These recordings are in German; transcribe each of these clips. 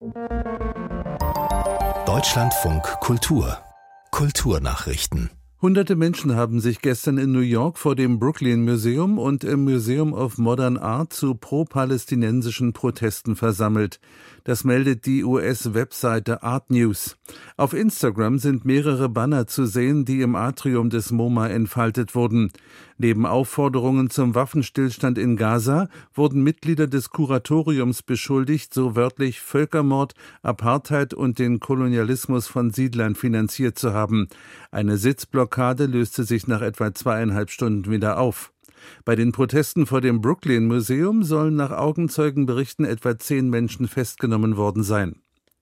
Deutschlandfunk Kultur Kulturnachrichten. Hunderte Menschen haben sich gestern in New York vor dem Brooklyn Museum und im Museum of Modern Art zu pro-palästinensischen Protesten versammelt. Das meldet die US-Webseite Art News. Auf Instagram sind mehrere Banner zu sehen, die im Atrium des MoMA entfaltet wurden. Neben Aufforderungen zum Waffenstillstand in Gaza wurden Mitglieder des Kuratoriums beschuldigt, so wörtlich Völkermord, Apartheid und den Kolonialismus von Siedlern finanziert zu haben. Eine Sitzblockade löste sich nach etwa 2,5 Stunden wieder auf. Bei den Protesten vor dem Brooklyn Museum sollen nach Augenzeugenberichten etwa 10 Menschen festgenommen worden sein.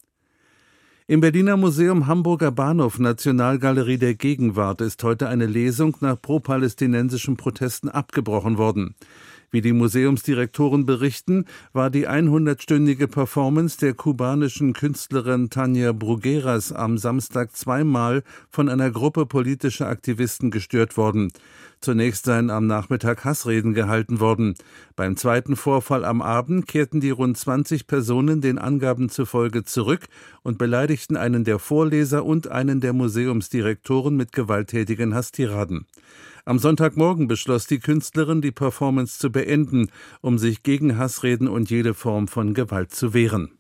Im Berliner Museum Hamburger Bahnhof Nationalgalerie der Gegenwart ist heute eine Lesung nach pro-palästinensischen Protesten abgebrochen worden. Wie die Museumsdirektoren berichten, war die 100-stündige Performance der kubanischen Künstlerin Tania Brugueras am Samstag zweimal von einer Gruppe politischer Aktivisten gestört worden. Zunächst seien am Nachmittag Hassreden gehalten worden. Beim zweiten Vorfall am Abend kehrten die rund 20 Personen den Angaben zufolge zurück und beleidigten einen der Vorleser und einen der Museumsdirektoren mit gewalttätigen Hasstiraden. Am Sonntagmorgen beschloss die Künstlerin, die Performance zu beenden, um sich gegen Hassreden und jede Form von Gewalt zu wehren.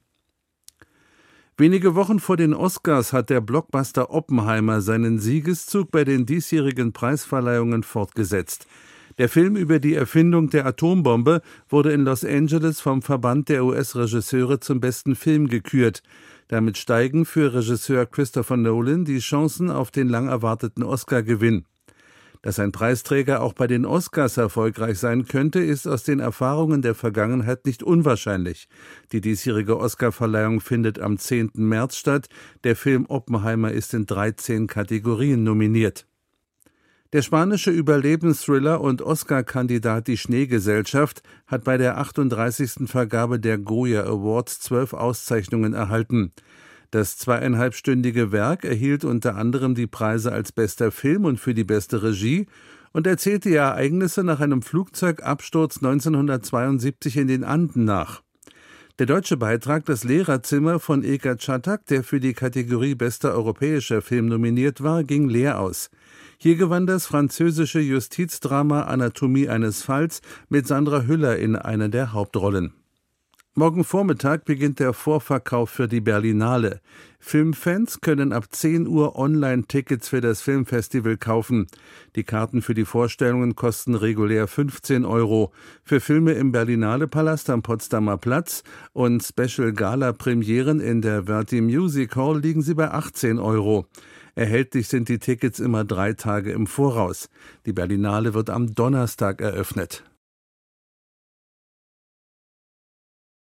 Wenige Wochen vor den Oscars hat der Blockbuster Oppenheimer seinen Siegeszug bei den diesjährigen Preisverleihungen fortgesetzt. Der Film über die Erfindung der Atombombe wurde in Los Angeles vom Verband der US-Regisseure zum besten Film gekürt. Damit steigen für Regisseur Christopher Nolan die Chancen auf den lang erwarteten Oscar-Gewinn. Dass ein Preisträger auch bei den Oscars erfolgreich sein könnte, ist aus den Erfahrungen der Vergangenheit nicht unwahrscheinlich. Die diesjährige Oscarverleihung findet am 10. März statt. Der Film Oppenheimer ist in 13 Kategorien nominiert. Der spanische Überlebensthriller und Oscar-Kandidat Die Schneegesellschaft hat bei der 38. Vergabe der Goya Awards 12 Auszeichnungen erhalten. Das 2,5-stündige Werk erhielt unter anderem die Preise als bester Film und für die beste Regie und erzählte die Ereignisse nach einem Flugzeugabsturz 1972 in den Anden nach. Der deutsche Beitrag Das Lehrerzimmer von Ilka Czatak, der für die Kategorie bester europäischer Film nominiert war, ging leer aus. Hier gewann das französische Justizdrama Anatomie eines Falls mit Sandra Hüller in einer der Hauptrollen. Morgen Vormittag beginnt der Vorverkauf für die Berlinale. Filmfans können ab 10 Uhr Online-Tickets für das Filmfestival kaufen. Die Karten für die Vorstellungen kosten regulär 15 €. Für Filme im Berlinale-Palast am Potsdamer Platz und Special-Gala-Premieren in der Verdi Music Hall liegen sie bei 18 €. Erhältlich sind die Tickets immer 3 Tage im Voraus. Die Berlinale wird am Donnerstag eröffnet.